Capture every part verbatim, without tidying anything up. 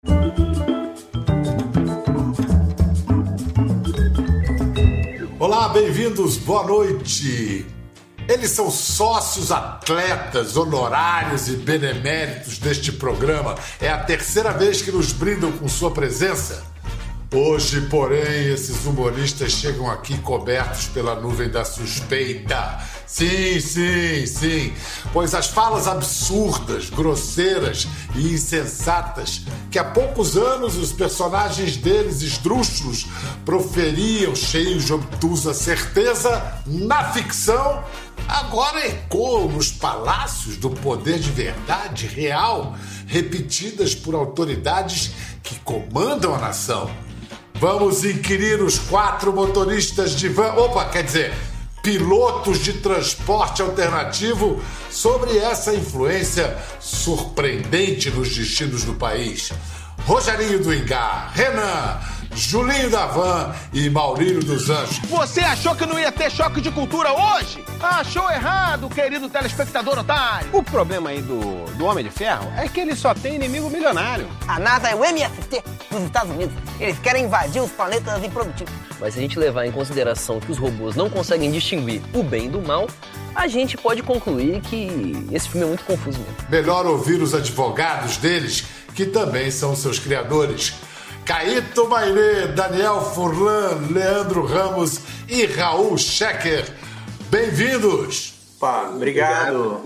Olá, bem-vindos, boa noite. Eles são sócios, atletas, honorários e beneméritos deste programa. É a terceira vez que nos brindam com sua presença. Hoje, porém, esses humoristas chegam aqui cobertos pela nuvem da suspeita. Sim, sim, sim. Pois as falas absurdas, grosseiras e insensatas que há poucos anos os personagens deles, esdrúxulos, proferiam cheios de obtusa certeza na ficção, agora ecoam nos palácios do poder de verdade real, repetidas por autoridades que comandam a nação. Vamos inquirir os quatro motoristas de van... Opa, quer dizer, pilotos de transporte alternativo sobre essa influência surpreendente nos destinos do país. Rogerinho do Engar, Renan, Julinho da Van e Maurílio dos Anjos. Você achou que não ia ter choque de cultura hoje? Achou errado, querido telespectador otário. O problema aí do, do Homem de Ferro é que ele só tem inimigo milionário. A NASA é o M S T dos Estados Unidos. Eles querem invadir os planetas improdutivos. Mas se a gente levar em consideração que os robôs não conseguem distinguir o bem do mal, a gente pode concluir que esse filme é muito confuso mesmo. Melhor ouvir os advogados deles, que também são seus criadores. Caíto Mairê, Daniel Furlan, Leandro Ramos e Raul Schecker. Bem-vindos! Pá, obrigado.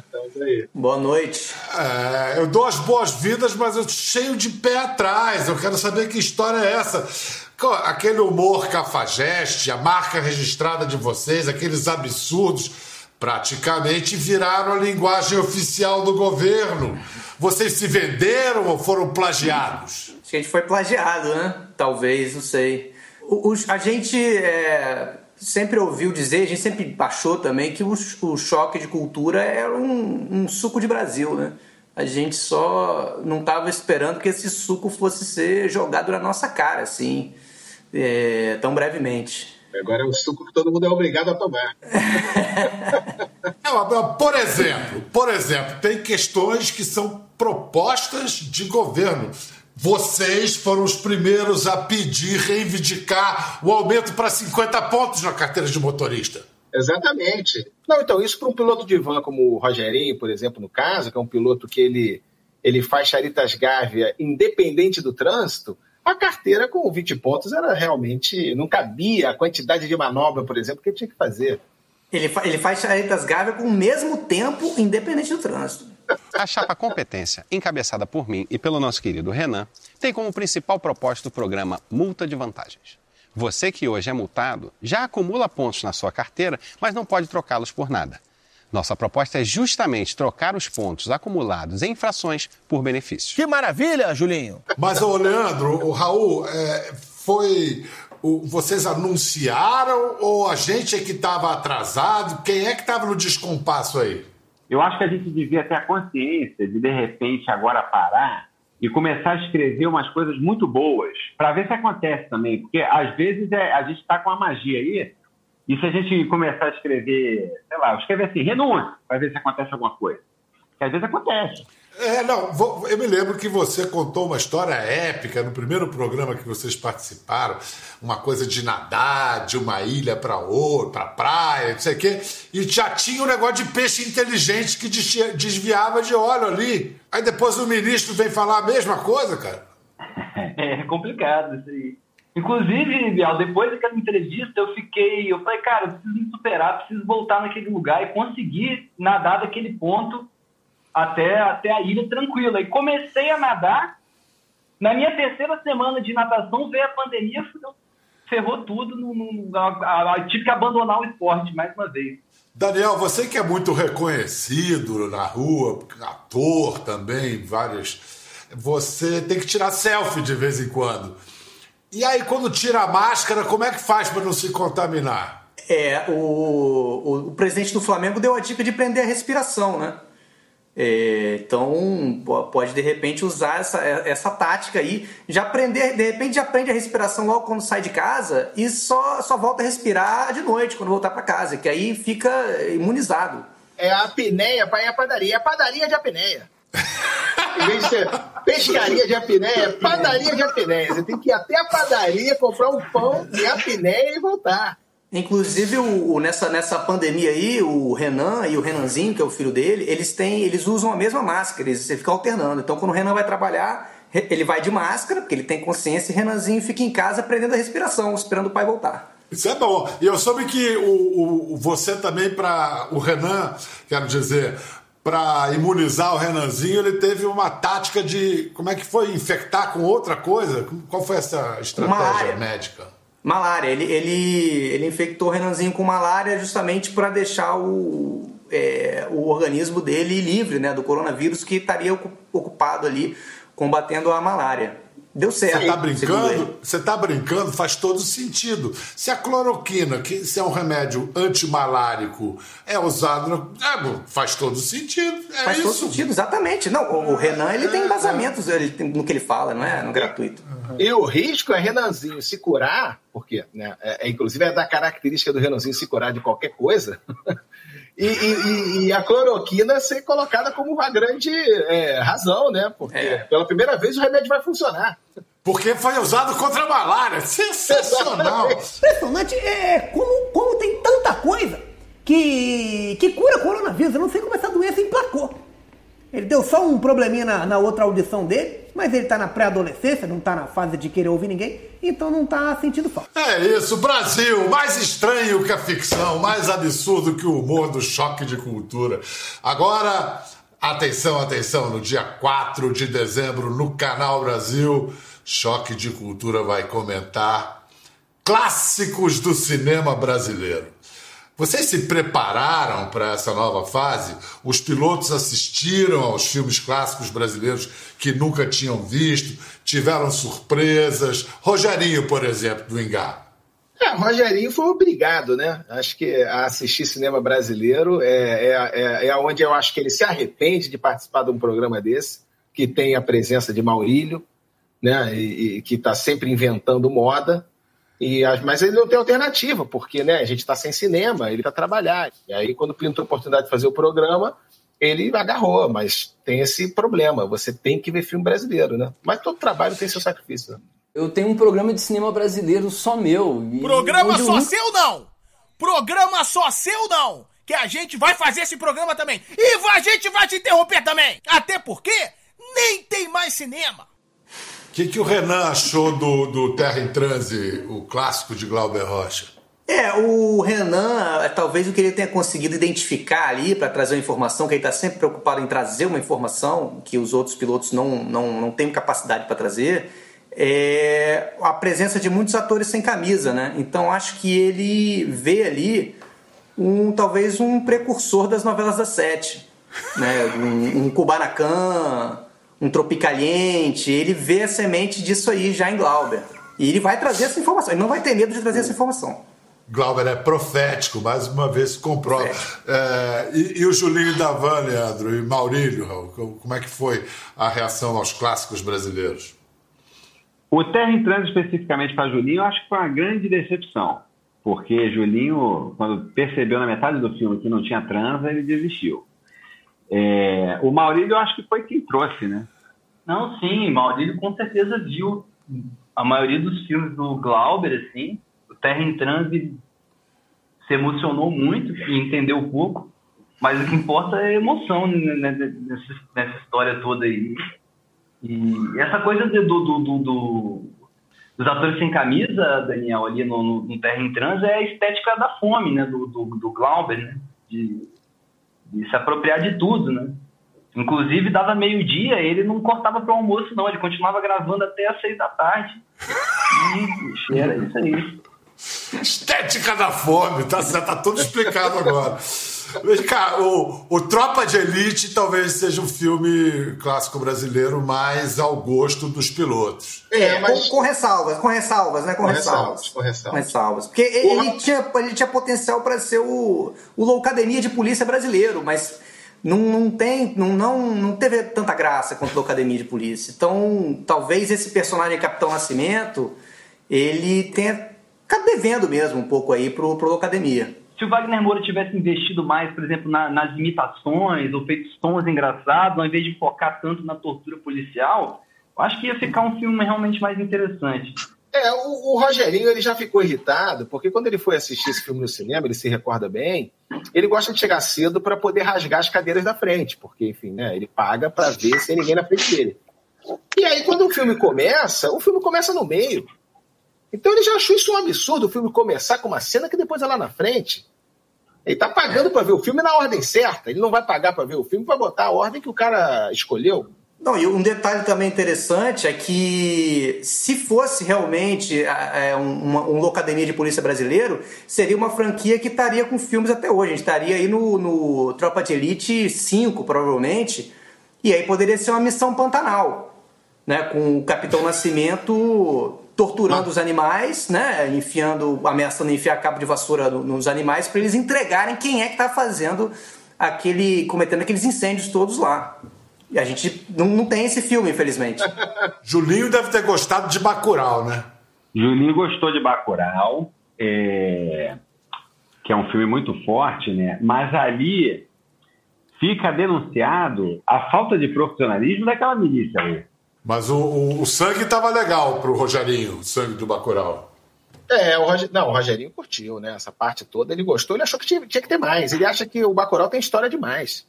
Boa noite. É, eu dou as boas-vindas, mas eu tô cheio de pé atrás. Eu quero saber que história é essa. Aquele humor cafajeste, a marca registrada de vocês, aqueles absurdos, praticamente viraram a linguagem oficial do governo. Vocês se venderam ou foram plagiados? Acho que a gente foi plagiado, né? Talvez, não sei. O, o, a gente é, sempre ouviu dizer, a gente sempre achou também que o, o choque de cultura era um, um suco de Brasil, né? A gente só não estava esperando que esse suco fosse ser jogado na nossa cara, assim, é, tão brevemente. Agora é um suco que todo mundo é obrigado a tomar. Por exemplo, por exemplo, tem questões que são propostas de governo. Vocês foram os primeiros a pedir, reivindicar o aumento para cinquenta pontos na carteira de motorista. Exatamente. Não, então, isso para um piloto de van como o Rogerinho, por exemplo, no caso, que é um piloto que ele, ele faz charitas gávea independente do trânsito, a carteira com vinte pontos era realmente... não cabia a quantidade de manobra, por exemplo, que ele tinha que fazer. Ele, fa- ele faz charitas gávea com o mesmo tempo, independente do trânsito. A chapa Competência, encabeçada por mim e pelo nosso querido Renan, tem como principal propósito o programa Multa de Vantagens. Você que hoje é multado já acumula pontos na sua carteira, mas não pode trocá-los por nada. Nossa proposta é justamente trocar os pontos acumulados em infrações por benefícios. Que maravilha, Julinho! Mas, ô Leandro, o Raul, é, foi... O, vocês anunciaram ou a gente é que estava atrasado? Quem é que estava no descompasso aí? Eu acho que a gente devia ter a consciência de, de repente, agora parar e começar a escrever umas coisas muito boas, para ver se acontece também. Porque, às vezes, é, a gente está com a magia aí, e se a gente começar a escrever, sei lá, escrever assim, renúncia, para ver se acontece alguma coisa. Porque, às vezes, acontece. É, não, vou, eu me lembro que você contou uma história épica no primeiro programa que vocês participaram, uma coisa de nadar de uma ilha para outra, para praia, não sei o quê, e já tinha um negócio de peixe inteligente que desviava de óleo ali. Aí depois o ministro vem falar a mesma coisa, cara. É complicado isso aí. Inclusive, Bial, depois daquela entrevista eu fiquei, eu falei, cara, eu preciso me superar, preciso voltar naquele lugar e conseguir nadar daquele ponto Até, até a ilha tranquila. E comecei a nadar. Na minha terceira semana de natação veio a pandemia, ferrou tudo. No, no, a, a, tive que abandonar o esporte mais uma vez. Daniel, você que é muito reconhecido na rua, ator também, vários. Você tem que tirar selfie de vez em quando. E aí, quando tira a máscara, como é que faz para não se contaminar? É, o, o, o presidente do Flamengo deu a dica de prender a respiração, né? É, então pode de repente usar essa, essa tática aí, já aprender, de repente já aprende a respiração logo quando sai de casa e só, só volta a respirar de noite quando voltar para casa, que aí fica imunizado. É a apneia para ir à padaria, é a padaria de apneia. Em vez de ser Pescaria de apneia, padaria de apneia. Você tem que ir até a padaria, comprar um pão de apneia e voltar. Inclusive, o, o, nessa, nessa pandemia aí, o Renan e o Renanzinho, que é o filho dele, eles têm, eles usam a mesma máscara, eles, você fica alternando. Então, quando o Renan vai trabalhar, ele vai de máscara, porque ele tem consciência, e o Renanzinho fica em casa aprendendo a respiração, esperando o pai voltar. Isso é bom. E eu soube que o, o, você também, para o Renan, quero dizer, para imunizar o Renanzinho, ele teve uma tática de, como é que foi, infectar com outra coisa? Qual foi essa estratégia Malária. médica? Malária. Ele, ele, ele infectou o Renanzinho com malária justamente para deixar o, é, o organismo dele livre, né, do coronavírus que estaria ocupado ali combatendo a malária. Deu certo. Você tá brincando? Você tá brincando? Faz todo sentido. Se a cloroquina, que se é um remédio antimalárico, é usado, é, faz todo sentido. É faz isso. todo sentido, exatamente. Não, o, o Renan ele é, tem embasamentos é. ele tem, no que ele fala, não é no gratuito. E o risco é Renanzinho se curar, porque, né, é, é, inclusive é da característica do Renanzinho se curar de qualquer coisa. E, e, e a cloroquina ser colocada como uma grande é, razão, né? Porque é. pela primeira vez o remédio vai funcionar. Porque foi usado contra a malária. Sensacional! Impressionante é como, como tem tanta coisa que, que cura coronavírus. Eu não sei como essa doença emplacou. Ele deu só um probleminha na, na outra audição dele, mas ele tá na pré-adolescência, não tá na fase de querer ouvir ninguém, então não tá sentindo falta. É isso, Brasil, mais estranho que a ficção, mais absurdo que o humor do choque de cultura. Agora, atenção, atenção, no dia quatro de dezembro, no Canal Brasil, Choque de Cultura vai comentar clássicos do cinema brasileiro. Vocês se prepararam para essa nova fase? Os pilotos assistiram aos filmes clássicos brasileiros que nunca tinham visto, tiveram surpresas. Rogerinho, por exemplo, do Engar. É, Rogerinho foi obrigado, né? Acho que a assistir cinema brasileiro é, é, é, é onde eu acho que ele se arrepende de participar de um programa desse, que tem a presença de Maurílio, né? E, e que está sempre inventando moda. E, mas ele não tem alternativa, porque, né, a gente está sem cinema, ele está trabalhando. E aí, quando pintou a oportunidade de fazer o programa, ele agarrou, mas tem esse problema, você tem que ver filme brasileiro, né? Mas todo trabalho tem seu sacrifício. Né? Eu tenho um programa de cinema brasileiro só meu. Programa só eu... seu não! Programa só seu não! Que a gente vai fazer esse programa também. E a gente vai te interromper também! Até porque nem tem mais cinema! O que, que o Renan achou do, do Terra em Transe, o clássico de Glauber Rocha? É, o Renan, talvez o que ele tenha conseguido identificar ali para trazer uma informação, que ele está sempre preocupado em trazer uma informação que os outros pilotos não, não, não têm capacidade para trazer, é a presença de muitos atores sem camisa, né? Então acho que ele vê ali um, talvez um precursor das novelas das sete, né? Um, um Kubanacan, um Tropicaliente, ele vê a semente disso aí já em Glauber. E ele vai trazer essa informação, ele não vai ter medo de trazer essa informação. Glauber é profético, mais uma vez se comprova. É, e, e o Julinho Davan, Leandro, e Maurílio, como é que foi a reação aos clássicos brasileiros? O Terra em Transe, especificamente para Julinho, eu acho que foi uma grande decepção. Porque Julinho, quando percebeu na metade do filme que não tinha transa, ele desistiu. É, o Maurílio, eu acho que foi quem trouxe, né? Não, sim, Maurílio com certeza viu a maioria dos filmes do Glauber, assim. O Terra em Transe se emocionou muito e entendeu pouco, mas o que importa é a emoção nessa, nessa história toda aí. E essa coisa do, do, do, do, dos atores sem camisa, Daniel, ali no, no, no Terra em Transe, é a estética da fome, né, do, do, do Glauber, né, de, de se apropriar de tudo, né. Inclusive, dava meio-dia, ele não cortava para o almoço, não, ele continuava gravando até às seis da tarde. E era isso aí. Estética da fome, tá certo, tá tudo explicado agora. Cara, o, o Tropa de Elite talvez seja um filme clássico brasileiro mais ao gosto dos pilotos. É, mas... com, com ressalvas, com ressalvas, né? Com, com ressalvas. ressalvas. Com ressalvas. ressalvas. Porque ele, ele, tinha, ele tinha potencial para ser o, o Loucademia de Polícia brasileiro, mas não, não, tem, não, não, não teve tanta graça quanto Loucademia de Polícia. Então, talvez esse personagem Capitão Nascimento, ele tenha ficado devendo mesmo um pouco aí pro, pro Loucademia. Se se o Wagner Moura tivesse investido mais, por exemplo, na, nas imitações ou feito sons engraçados, ao invés de focar tanto na tortura policial, eu acho que ia ficar um filme realmente mais interessante. É, o, o Rogerinho ele já ficou irritado, porque quando ele foi assistir esse filme no cinema, ele se recorda bem, ele gosta de chegar cedo para poder rasgar as cadeiras da frente, porque, enfim, né, ele paga para ver sem ninguém na frente dele. E aí, quando o filme começa, o filme começa no meio. Então ele já achou isso um absurdo, o filme começar com uma cena que depois é lá na frente. Ele tá pagando para ver o filme na ordem certa, ele não vai pagar para ver o filme para botar a ordem que o cara escolheu. Não, e um detalhe também interessante é que se fosse realmente é, um, um Loucademia de Polícia brasileiro, seria uma franquia que estaria com filmes até hoje. A gente estaria aí no, no Tropa de Elite cinco, provavelmente, e aí poderia ser uma Missão Pantanal, né, com o Capitão Nascimento torturando os animais, né, enfiando, ameaçando enfiar cabo de vassoura nos animais para eles entregarem quem é que está fazendo aquele, cometendo aqueles incêndios todos lá. E a gente não, não tem esse filme, infelizmente. Julinho deve ter gostado de Bacurau, né? Julinho gostou de Bacurau, é... que é um filme muito forte, né? Mas ali fica denunciado a falta de profissionalismo daquela milícia ali. Mas o, o, o sangue estava legal pro Rogerinho, o sangue do Bacurau. É, o Roger... não, o Rogerinho curtiu, né? Essa parte toda, ele gostou, ele achou que tinha, tinha que ter mais. Ele acha que o Bacurau tem história demais.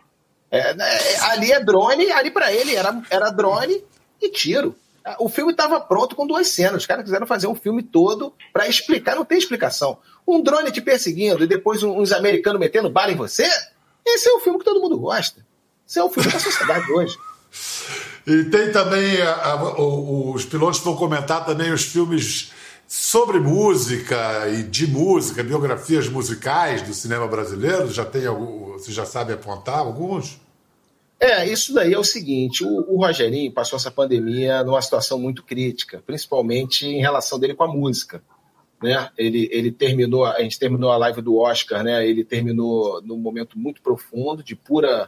É, é, ali é drone, ali pra ele era, era drone e tiro. O filme estava pronto com duas cenas. Os caras quiseram fazer um filme todo pra explicar, não tem explicação. Um drone te perseguindo e depois uns americanos metendo bala em você, esse é o filme que todo mundo gosta. Esse é o filme da sociedade hoje. E tem também, a, a, os pilotos vão comentar também os filmes sobre música e de música, biografias musicais do cinema brasileiro. Já tem algum, você já sabe apontar alguns? É, isso daí é o seguinte, o, o Rogerinho passou essa pandemia numa situação muito crítica, principalmente em relação dele com a música, né? Ele, ele terminou, a gente terminou a live do Oscar, né? Ele terminou num momento muito profundo, de pura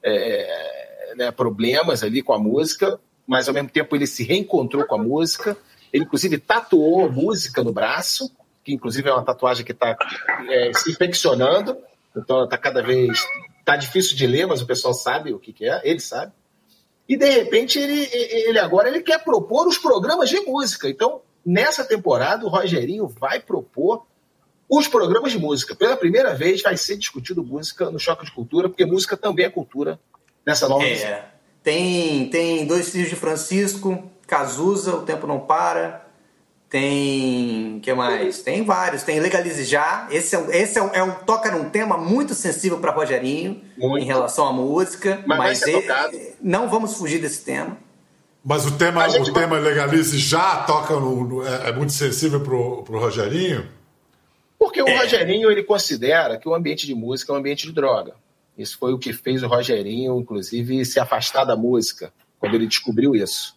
é, né, problemas ali com a música, mas ao mesmo tempo ele se reencontrou com a música. Ele, inclusive, tatuou música no braço, que, inclusive, é uma tatuagem que está é, se infeccionando. Então, ela está cada vez... Está difícil de ler, mas o pessoal sabe o que, que é, ele sabe. E, de repente, ele, ele agora ele quer propor os programas de música. Então, nessa temporada, o Rogerinho vai propor os programas de música. Pela primeira vez, vai ser discutido música no Choque de Cultura, porque música também é cultura nessa nova é, visão. Tem, tem Dois Filhos de Francisco... Cazuza, O Tempo Não Para, tem, o que mais? Tem vários, tem Legalize Já, esse, é, esse é, um, é um, toca num tema muito sensível para Rogerinho, muito. Em relação à música, mas, mas ele, não vamos fugir desse tema. Mas o tema, o vai... tema Legalize Já toca no, no, é, é muito sensível pro, pro Rogerinho? Porque o é. Rogerinho, ele considera que o ambiente de música é um ambiente de droga. Isso foi o que fez o Rogerinho, inclusive, se afastar da música, quando ele descobriu isso.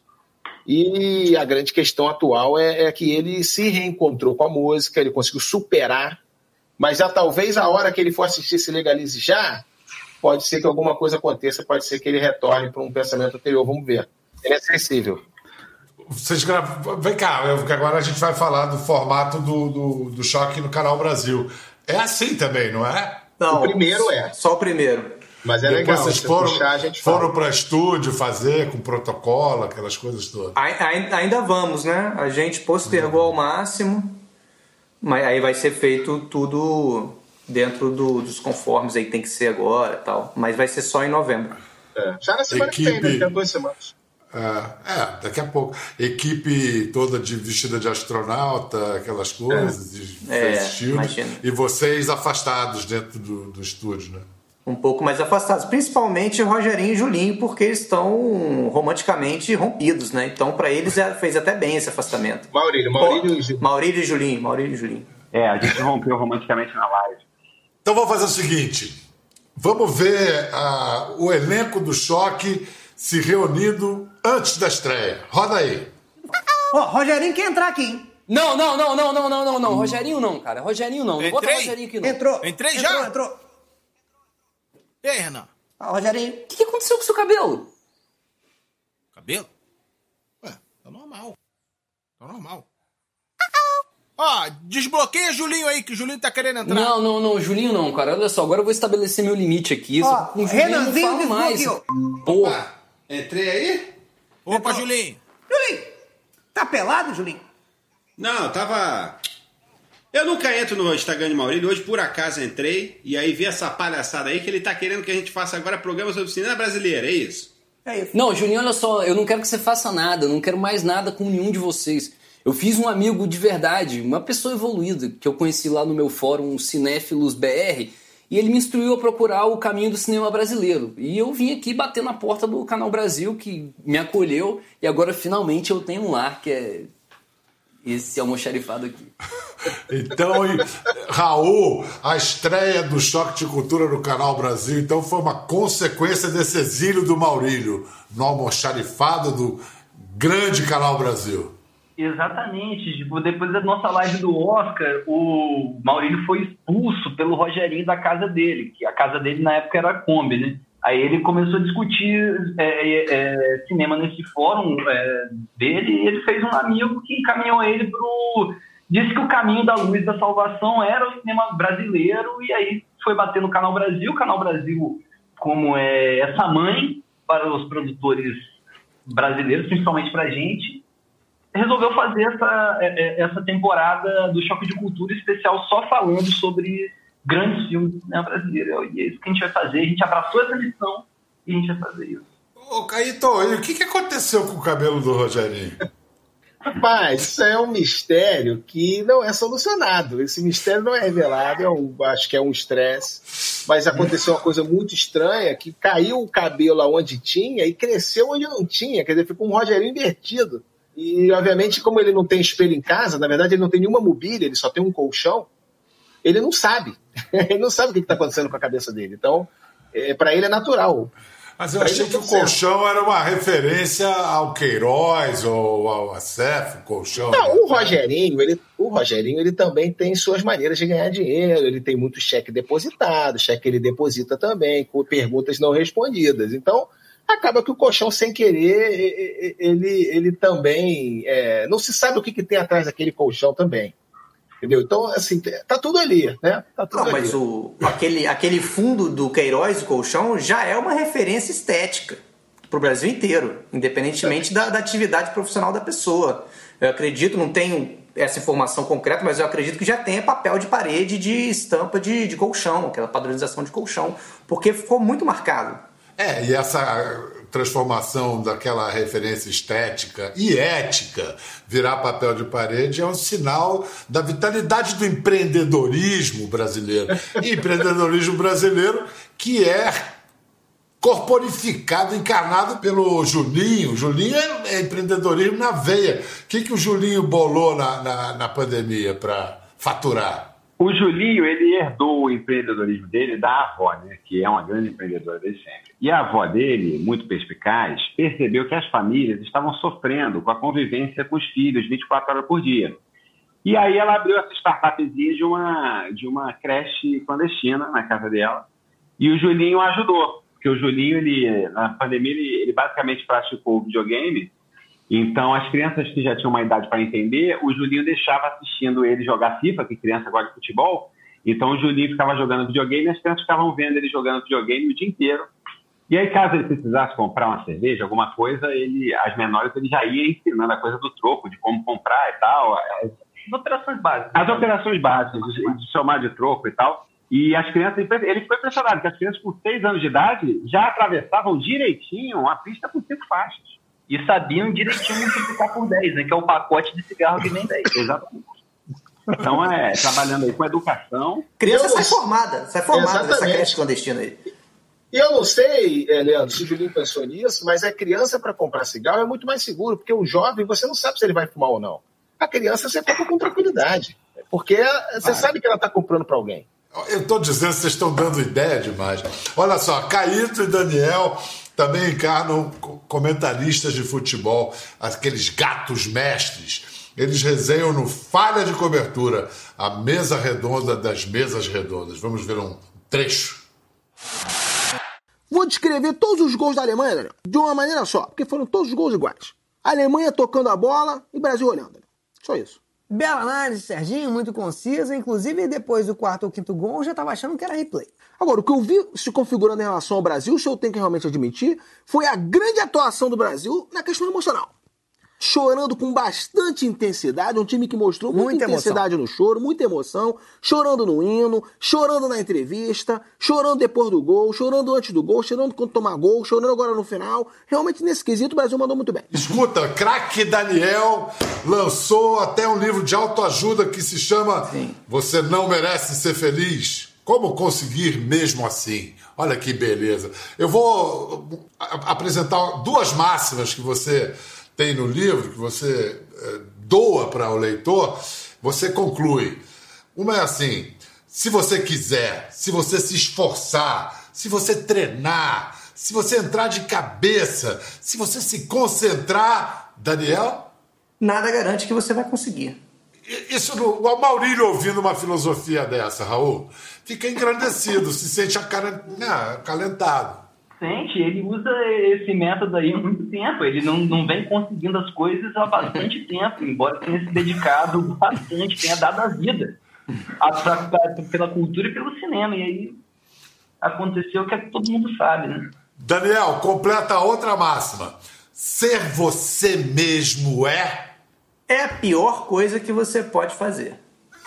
E a grande questão atual é, é que ele se reencontrou com a música, ele conseguiu superar, mas já, talvez a hora que ele for assistir Se Legalize Já, pode ser que alguma coisa aconteça, pode ser que ele retorne para um pensamento anterior, vamos ver. Ele é sensível. Vocês gravam... Vem cá, agora a gente vai falar do formato do, do, do Choque no Canal Brasil. É assim também, não é? Não, o primeiro é. Só o primeiro. Mas é Depois legal, vocês foram, puxar, a gente foram para estúdio fazer com protocolo, aquelas coisas todas. Ainda, ainda vamos, né? A gente postergou uhum. ao máximo, mas aí vai ser feito tudo dentro do, dos conformes aí que tem que ser agora e tal. Mas vai ser só em novembro. É. Já na semana Equipe... que vem, daqui a duas semanas. É, é, daqui a pouco. Equipe toda de vestida de astronauta, aquelas coisas, é. de é, filme, e vocês afastados dentro do, do estúdio, né? Um pouco mais afastados, principalmente o Rogerinho e Julinho, porque eles estão romanticamente rompidos, né? Então, para eles, fez até bem esse afastamento. Maurílio, Maurílio, Pô, Maurílio e Julinho. Maurílio e Julinho. É, a gente rompeu romanticamente na live. Então, vamos fazer o seguinte. Vamos ver uh, o elenco do Choque se reunindo antes da estreia. Roda aí. Ó, oh, Rogerinho quer entrar aqui, hein? Não, não, não, não, não, não, não, não. Rogerinho não, cara. Rogerinho não. Não bota Rogerinho aqui, não. Entrou. Entrei entrou, já? Entrou. E aí, Renan? Ah, Rogerinho. O que, que aconteceu com o seu cabelo? Cabelo? Ué, tá normal. Tá normal. Ó, desbloqueia Julinho aí, que o Julinho tá querendo entrar. Não, não, não, Julinho não, cara. Olha só, agora eu vou estabelecer meu limite aqui. Ó, Com o Julinho eu não falo mais. Pô. Opa, entrei aí? Opa, então... Julinho. Julinho, tá pelado, Julinho? Não, tava... Eu nunca entro no Instagram de Maurílio, hoje por acaso entrei, e aí vi essa palhaçada aí que ele tá querendo que a gente faça agora programa sobre cinema brasileiro, é isso? É isso. Não, Julinho, olha só, eu não quero que você faça nada, eu não quero mais nada com nenhum de vocês. Eu fiz um amigo de verdade, uma pessoa evoluída, que eu conheci lá no meu fórum Cinéfilos B R, e ele me instruiu a procurar o caminho do cinema brasileiro. E eu vim aqui bater na porta do Canal Brasil, que me acolheu, e agora finalmente eu tenho um lar, que é esse almoxarifado aqui. Então, e, Raul, a estreia do Choque de Cultura no Canal Brasil, então foi uma consequência desse exílio do Maurílio, no almoxarifado do grande Canal Brasil. Exatamente. Tipo, depois da nossa live do Oscar, o Maurílio foi expulso pelo Rogerinho da casa dele, que a casa dele na época era a Kombi, né? Aí ele começou a discutir é, é, cinema nesse fórum é, dele, e ele fez um amigo que encaminhou ele pro... Disse que o caminho da luz da salvação era o cinema brasileiro, e aí foi bater no Canal Brasil. O Canal Brasil, como é essa mãe para os produtores brasileiros, principalmente pra gente, resolveu fazer essa, essa temporada do Choque de Cultura especial só falando sobre grandes filmes do cinema brasileiro. E é isso que a gente vai fazer. A gente abraçou essa missão e a gente vai fazer isso. Ô, Caíto, o que, que aconteceu com o cabelo do Rogerinho? Rapaz, isso é um mistério que não é solucionado. Esse mistério não é revelado, é um, acho que é um estresse. Mas aconteceu uma coisa muito estranha, que caiu o cabelo aonde tinha e cresceu onde não tinha. Quer dizer, ficou um Rogerinho invertido. E, obviamente, como ele não tem espelho em casa, na verdade ele não tem nenhuma mobília, ele só tem um colchão, ele não sabe. Ele não sabe o que está acontecendo com a cabeça dele. Então, é, para ele é natural. Mas eu pra achei que o colchão certo. Era uma referência ao Queiroz ou ao Acef, o colchão. Não, o Rogerinho, ele, o Rogerinho, ele também tem suas maneiras de ganhar dinheiro, ele tem muito cheque depositado, cheque que ele deposita também, com perguntas não respondidas. Então, acaba que o colchão, sem querer, ele, ele também... É, não se sabe o que, que tem atrás daquele colchão também. Entendeu? Então, assim, tá tudo ali, né? Tá tudo não, ali. mas o, aquele, aquele fundo do Queiroz, o colchão, já é uma referência estética pro Brasil inteiro, independentemente da, da atividade profissional da pessoa. Eu acredito, não tenho essa informação concreta, mas eu acredito que já tenha papel de parede de estampa de, de colchão, aquela padronização de colchão, porque ficou muito marcado. É, e essa transformação daquela referência estética e ética virar papel de parede é um sinal da vitalidade do empreendedorismo brasileiro. E empreendedorismo brasileiro que é corporificado, encarnado pelo Julinho. O Julinho é empreendedorismo na veia. O que, que o Julinho bolou na, na, na pandemia para faturar? O Julinho, ele herdou o empreendedorismo dele da avó, né, que é uma grande empreendedora desde sempre. E a avó dele, muito perspicaz, percebeu que as famílias estavam sofrendo com a convivência com os filhos vinte e quatro horas por dia. E aí ela abriu essa startupzinha de uma, de uma creche clandestina na casa dela. E o Julinho ajudou, porque o Julinho, ele, na pandemia, ele, ele basicamente praticou o videogame. Então, as crianças que já tinham uma idade para entender, o Julinho deixava assistindo ele jogar FIFA, que criança gosta de futebol. Então, o Julinho ficava jogando videogame e as crianças ficavam vendo ele jogando videogame o dia inteiro. E aí, caso ele precisasse comprar uma cerveja, alguma coisa, ele, as menores, ele já ia ensinando a coisa do troco, de como comprar e tal. As operações básicas. As operações básicas, de, de somar de troco e tal. E as crianças, ele ficou impressionado, que as crianças com seis anos de idade já atravessavam direitinho uma pista com cinco faixas. E sabiam direitinho multiplicar por dez, né? Que é o pacote de cigarro que vem dez. Exatamente. Então, é, trabalhando aí com educação. Criança sai formada, sai formada dessa creche clandestina aí. E eu não sei, Leandro, se o Julinho pensou nisso, mas a criança para comprar cigarro é muito mais seguro, porque o jovem, você não sabe se ele vai fumar ou não. A criança você compra com tranquilidade, porque você ah. sabe que ela está comprando para alguém. Eu estou dizendo, vocês estão dando ideia demais. Olha só, Caíto e Daniel também encarnam comentaristas de futebol, aqueles gatos mestres. Eles resenham no Falha de Cobertura, a mesa redonda das mesas redondas. Vamos ver um trecho. Vou descrever todos os gols da Alemanha, Daniel, de uma maneira só, porque foram todos os gols iguais. A Alemanha tocando a bola e o Brasil olhando. Só isso. Bela análise, Serginho, muito concisa. Inclusive, depois do quarto ou quinto gol, eu já tava achando que era replay. Agora, o que eu vi se configurando em relação ao Brasil, se eu tenho que realmente admitir, foi a grande atuação do Brasil na questão emocional. Chorando com bastante intensidade, um time que mostrou muita, muita intensidade no choro, muita emoção, chorando no hino, chorando na entrevista, chorando depois do gol, chorando antes do gol, chorando quando tomar gol, chorando agora no final. Realmente, nesse quesito, o Brasil mandou muito bem. Escuta, craque Daniel lançou até um livro de autoajuda que se chama Sim. Você Não Merece Ser Feliz. Como conseguir mesmo assim? Olha que beleza. Eu vou apresentar duas máximas que você tem no livro, que você eh, doa para o leitor. Você conclui. Uma é assim: se você quiser, se você se esforçar, se você treinar, se você entrar de cabeça, se você se concentrar, Daniel, nada garante que você vai conseguir. Isso, o Maurílio ouvindo uma filosofia dessa, Raul, fica engrandecido, se sente acalentado. Sente, ele usa esse método aí há muito tempo, ele não, não vem conseguindo as coisas há bastante tempo, embora tenha se dedicado bastante, tenha dado a vida a, pra, pra, pela cultura e pelo cinema, e aí aconteceu o que todo mundo sabe, né? Daniel, completa outra máxima: ser você mesmo é... é a pior coisa que você pode fazer.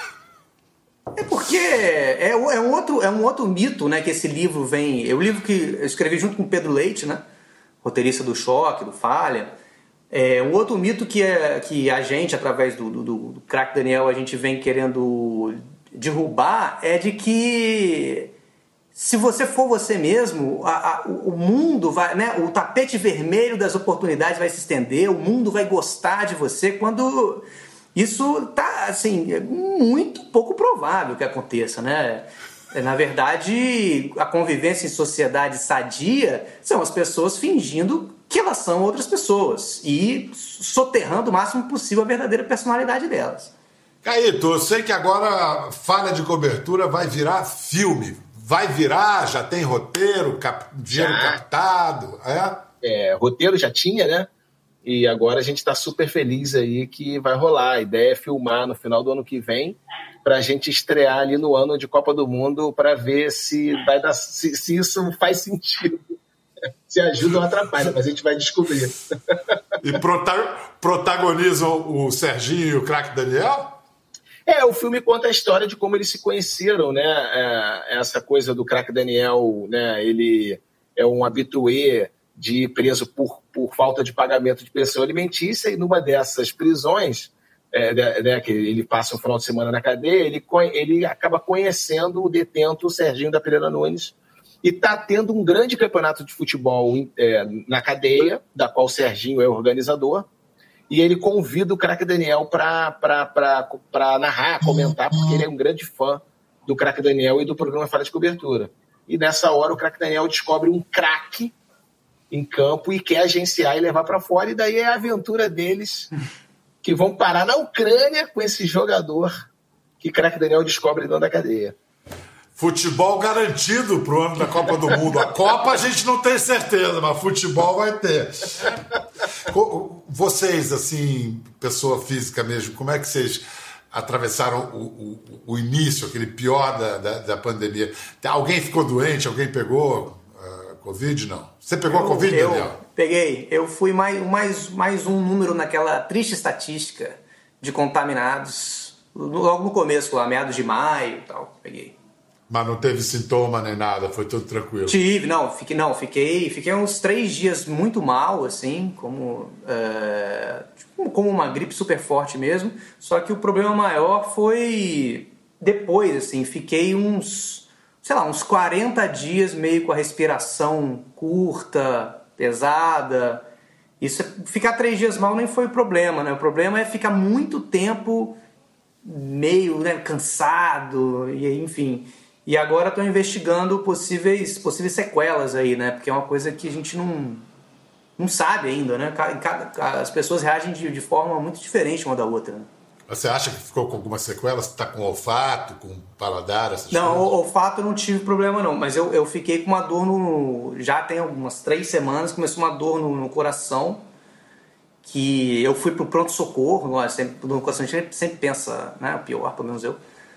É porque é, é, um, outro, é um outro mito, né, que esse livro vem... É um livro que eu escrevi junto com o Pedro Leite, né, roteirista do Choque, do Falha. É um outro mito que, é, que a gente, através do, do, do craque Daniel, a gente vem querendo derrubar, é de que se você for você mesmo, a, a, o mundo vai, né, o tapete vermelho das oportunidades vai se estender, o mundo vai gostar de você, quando isso tá, assim, é muito pouco provável que aconteça, né? Na verdade, a convivência em sociedade sadia são as pessoas fingindo que elas são outras pessoas e soterrando o máximo possível a verdadeira personalidade delas. Caíto, eu sei que agora Falha de Cobertura vai virar filme. Vai virar, já tem roteiro, cap... dinheiro já. captado, é? É, roteiro já tinha, né? E agora a gente está super feliz aí que vai rolar. A ideia é filmar no final do ano que vem para a gente estrear ali no ano de Copa do Mundo para ver se, vai dar, se, se isso faz sentido. Se ajuda ou atrapalha, mas a gente vai descobrir. E prota- protagonizam o Serginho e o craque Daniel? É, o filme conta a história de como eles se conheceram, né? É, essa coisa do craque Daniel, né? Ele é um habitué de ir preso por, por falta de pagamento de pensão alimentícia, e numa dessas prisões, é, né, que ele passa um final de semana na cadeia, ele, ele acaba conhecendo o detento Serginho da Pereira Nunes, e está tendo um grande campeonato de futebol é, na cadeia, da qual o Serginho é o organizador, e ele convida o craque Daniel para narrar, comentar, porque ele é um grande fã do craque Daniel e do programa Falha de Cobertura. E nessa hora o craque Daniel descobre um craque em campo e quer agenciar e levar para fora, e daí é a aventura deles que vão parar na Ucrânia com esse jogador que craque Daniel descobre dentro da cadeia. Futebol garantido pro ano da Copa do Mundo. A Copa a gente não tem certeza, mas futebol vai ter. Vocês, assim, pessoa física mesmo, como é que vocês atravessaram o, o, o início, aquele pior da, da, da pandemia? Alguém ficou doente? Alguém pegou uh, Covid? Não. Você pegou eu, a Covid, eu Daniel? Peguei. Eu fui mais, mais, mais um número naquela triste estatística de contaminados. Logo no começo, lá, meados de maio e tal. Peguei. Mas não teve sintoma nem nada, foi tudo tranquilo? Tive, não, fiquei, não, fiquei, fiquei uns três dias muito mal, assim, como, é, como uma gripe super forte mesmo, só que o problema maior foi depois, assim, fiquei uns, sei lá, uns quarenta dias meio com a respiração curta, pesada. Isso, ficar três dias mal nem foi o problema, né? O problema é ficar muito tempo meio, né, cansado, e enfim... E agora estão investigando possíveis, possíveis sequelas aí, né? Porque é uma coisa que a gente não, não sabe ainda, né? Cada, as pessoas reagem de, de forma muito diferente uma da outra. Né? Você acha que ficou com alguma sequela? Você está com olfato, com paladar, essas não, coisas? Não, olfato eu não tive problema não, mas eu, eu fiquei com uma dor no... Já tem algumas três semanas, começou uma dor no, no coração, que eu fui pro pronto-socorro, nós sempre, no coração a gente sempre pensa, né, o pior, pelo menos eu,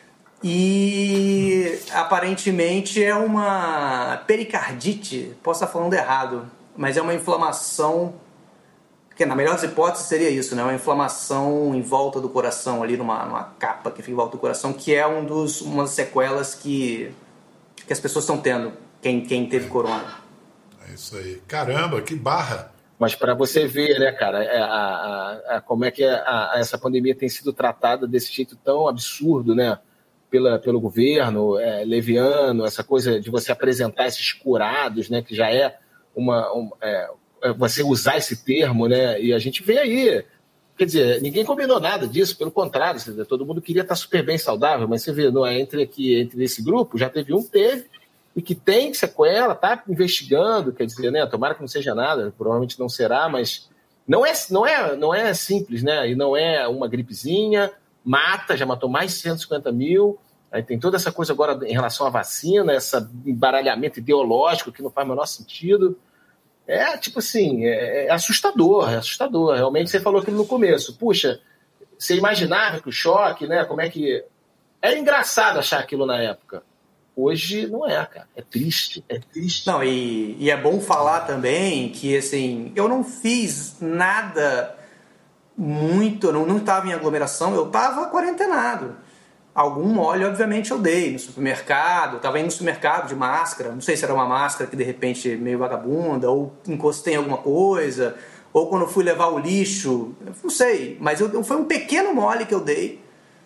e aparentemente é uma pericardite, posso estar falando errado, mas é uma inflamação, que na melhor das hipóteses seria isso, né, uma inflamação em volta do coração, ali numa, numa capa que fica em volta do coração, que é um dos, uma das sequelas que, que as pessoas estão tendo, quem, quem teve corona. É isso aí. Caramba, que barra! Mas para você ver, né, cara, a, a, a, como é que a, a, essa pandemia tem sido tratada desse jeito tão absurdo, né, pela, pelo governo, é, leviano, essa coisa de você apresentar esses curados, né, que já é uma... Um, é, você usar esse termo, né, e a gente vê aí, quer dizer, ninguém combinou nada disso, pelo contrário, todo mundo queria estar super bem saudável, mas você vê, não é, entre, aqui, entre esse grupo, já teve um que teve, e que tem sequela, está investigando, quer dizer, né, tomara que não seja nada, provavelmente não será, mas não é, não é, não é simples, né, e não é uma gripezinha, mata, já matou mais de cento e cinquenta mil, aí tem toda essa coisa agora em relação à vacina, esse embaralhamento ideológico que não faz o menor sentido, é tipo assim, é, é assustador, é assustador, realmente você falou aquilo no começo, puxa, você imaginava que o choque, né, como é que... Era engraçado achar aquilo na época. Hoje não é, cara. É triste. É triste. Não, e, e é bom falar também que, assim, eu não fiz nada muito, eu não estava em aglomeração, eu estava quarentenado. Algum mole, obviamente, eu dei no supermercado, estava indo no supermercado de máscara, não sei se era uma máscara que, de repente, meio vagabunda, ou encostei em alguma coisa, ou quando eu fui levar o lixo, não sei, mas eu, foi um pequeno mole que eu dei,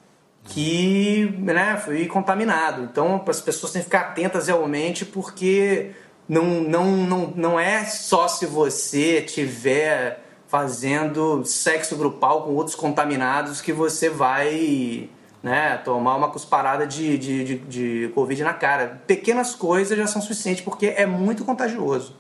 que, né, fui contaminado. Então as pessoas têm que ficar atentas realmente, porque não, não, não, não é só se você tiver fazendo sexo grupal com outros contaminados que você vai, né, tomar uma cusparada de, de, de, de Covid na cara. Pequenas coisas já são suficientes, porque é muito contagioso.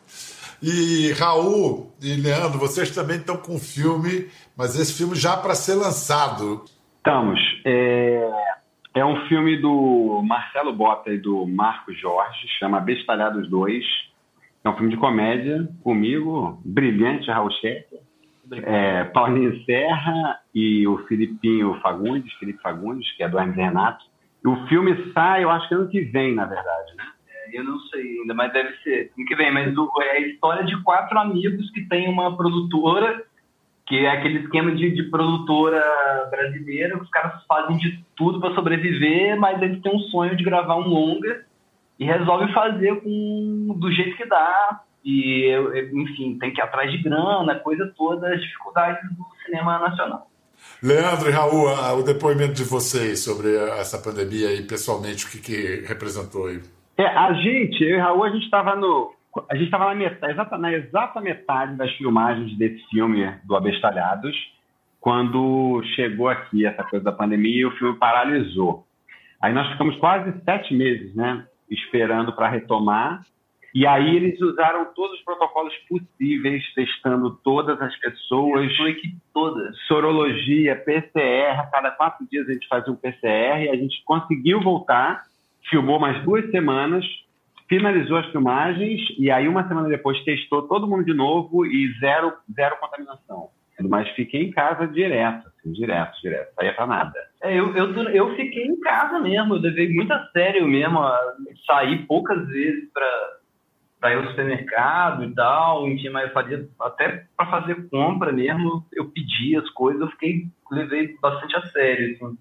E Raul e Leandro, vocês também estão com um filme, mas esse filme já para ser lançado. Estamos. É, é um filme do Marcelo Bota e do Marco Jorge, chama Bestalhados dois. É um filme de comédia, comigo, brilhante Raul Schechter, é, Paulinho Serra e o Filipinho Fagundes, Felipe Fagundes, que é do Hermes e Renato. E o filme sai, eu acho que ano que vem, na verdade, né? É, eu não sei ainda, mas deve ser ano que vem. Mas o, é a história de quatro amigos que tem uma produtora, que é aquele esquema de, de produtora brasileira, que os caras fazem de tudo para sobreviver, mas eles têm um sonho de gravar um longa e resolvem fazer com, do jeito que dá. E, enfim, tem que ir atrás de grana, coisa toda, as dificuldades do cinema nacional. Leandro e Raul, o depoimento de vocês sobre essa pandemia e pessoalmente o que, que representou aí? É, a gente, eu e Raul, a gente estava no... A gente estava na, metade, exata, na exata metade das filmagens desse filme do Abestalhados, quando chegou aqui essa coisa da pandemia e o filme paralisou. Aí nós ficamos quase sete meses, né, esperando para retomar. E aí eles usaram todos os protocolos possíveis, testando todas as pessoas. A equipe toda. Sorologia, P C R. A cada quatro dias a gente fazia um P C R. A gente conseguiu voltar, filmou mais duas semanas, finalizou as filmagens e aí uma semana depois testou todo mundo de novo e zero, zero contaminação. Mas fiquei em casa direto, assim, direto, direto. Não saía pra nada. É, eu, eu, eu fiquei em casa mesmo, eu levei muito a sério mesmo, a sair poucas vezes pra, pra ir ao supermercado e tal, enfim, mas eu fazia, até pra fazer compra mesmo, eu pedia as coisas, eu fiquei, levei bastante a sério, assim,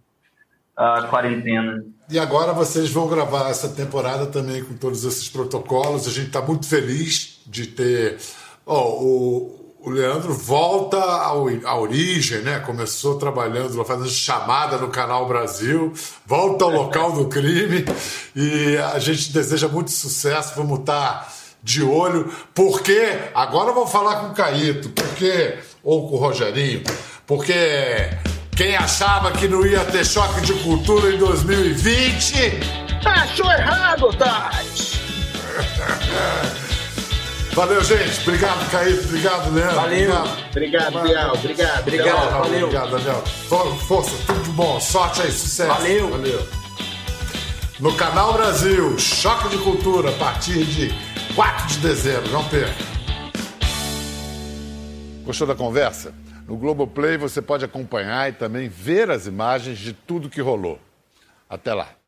a quarentena. E agora vocês vão gravar essa temporada também com todos esses protocolos. A gente está muito feliz de ter... Oh, o, o Leandro volta ao, à origem, né? Começou trabalhando, fazendo chamada no Canal Brasil, volta ao local do crime e a gente deseja muito sucesso. Vamos estar de olho, porque... Agora eu vou falar com o Caíto, porque... ou com o Rogerinho, porque... Quem achava que não ia ter choque de cultura em dois mil e vinte... Achou errado, Tati! Valeu, gente. Obrigado, Caíto. Obrigado, Leandro. Valeu. Obrigado, Bial. Obrigado. Obrigado, Daniel, valeu. Obrigado, Daniel. Força, tudo de bom. Sorte aí, sucesso. Valeu. Valeu. No Canal Brasil, Choque de Cultura, a partir de quatro de dezembro. Não perca. Gostou da conversa? No Globoplay você pode acompanhar e também ver as imagens de tudo que rolou. Até lá.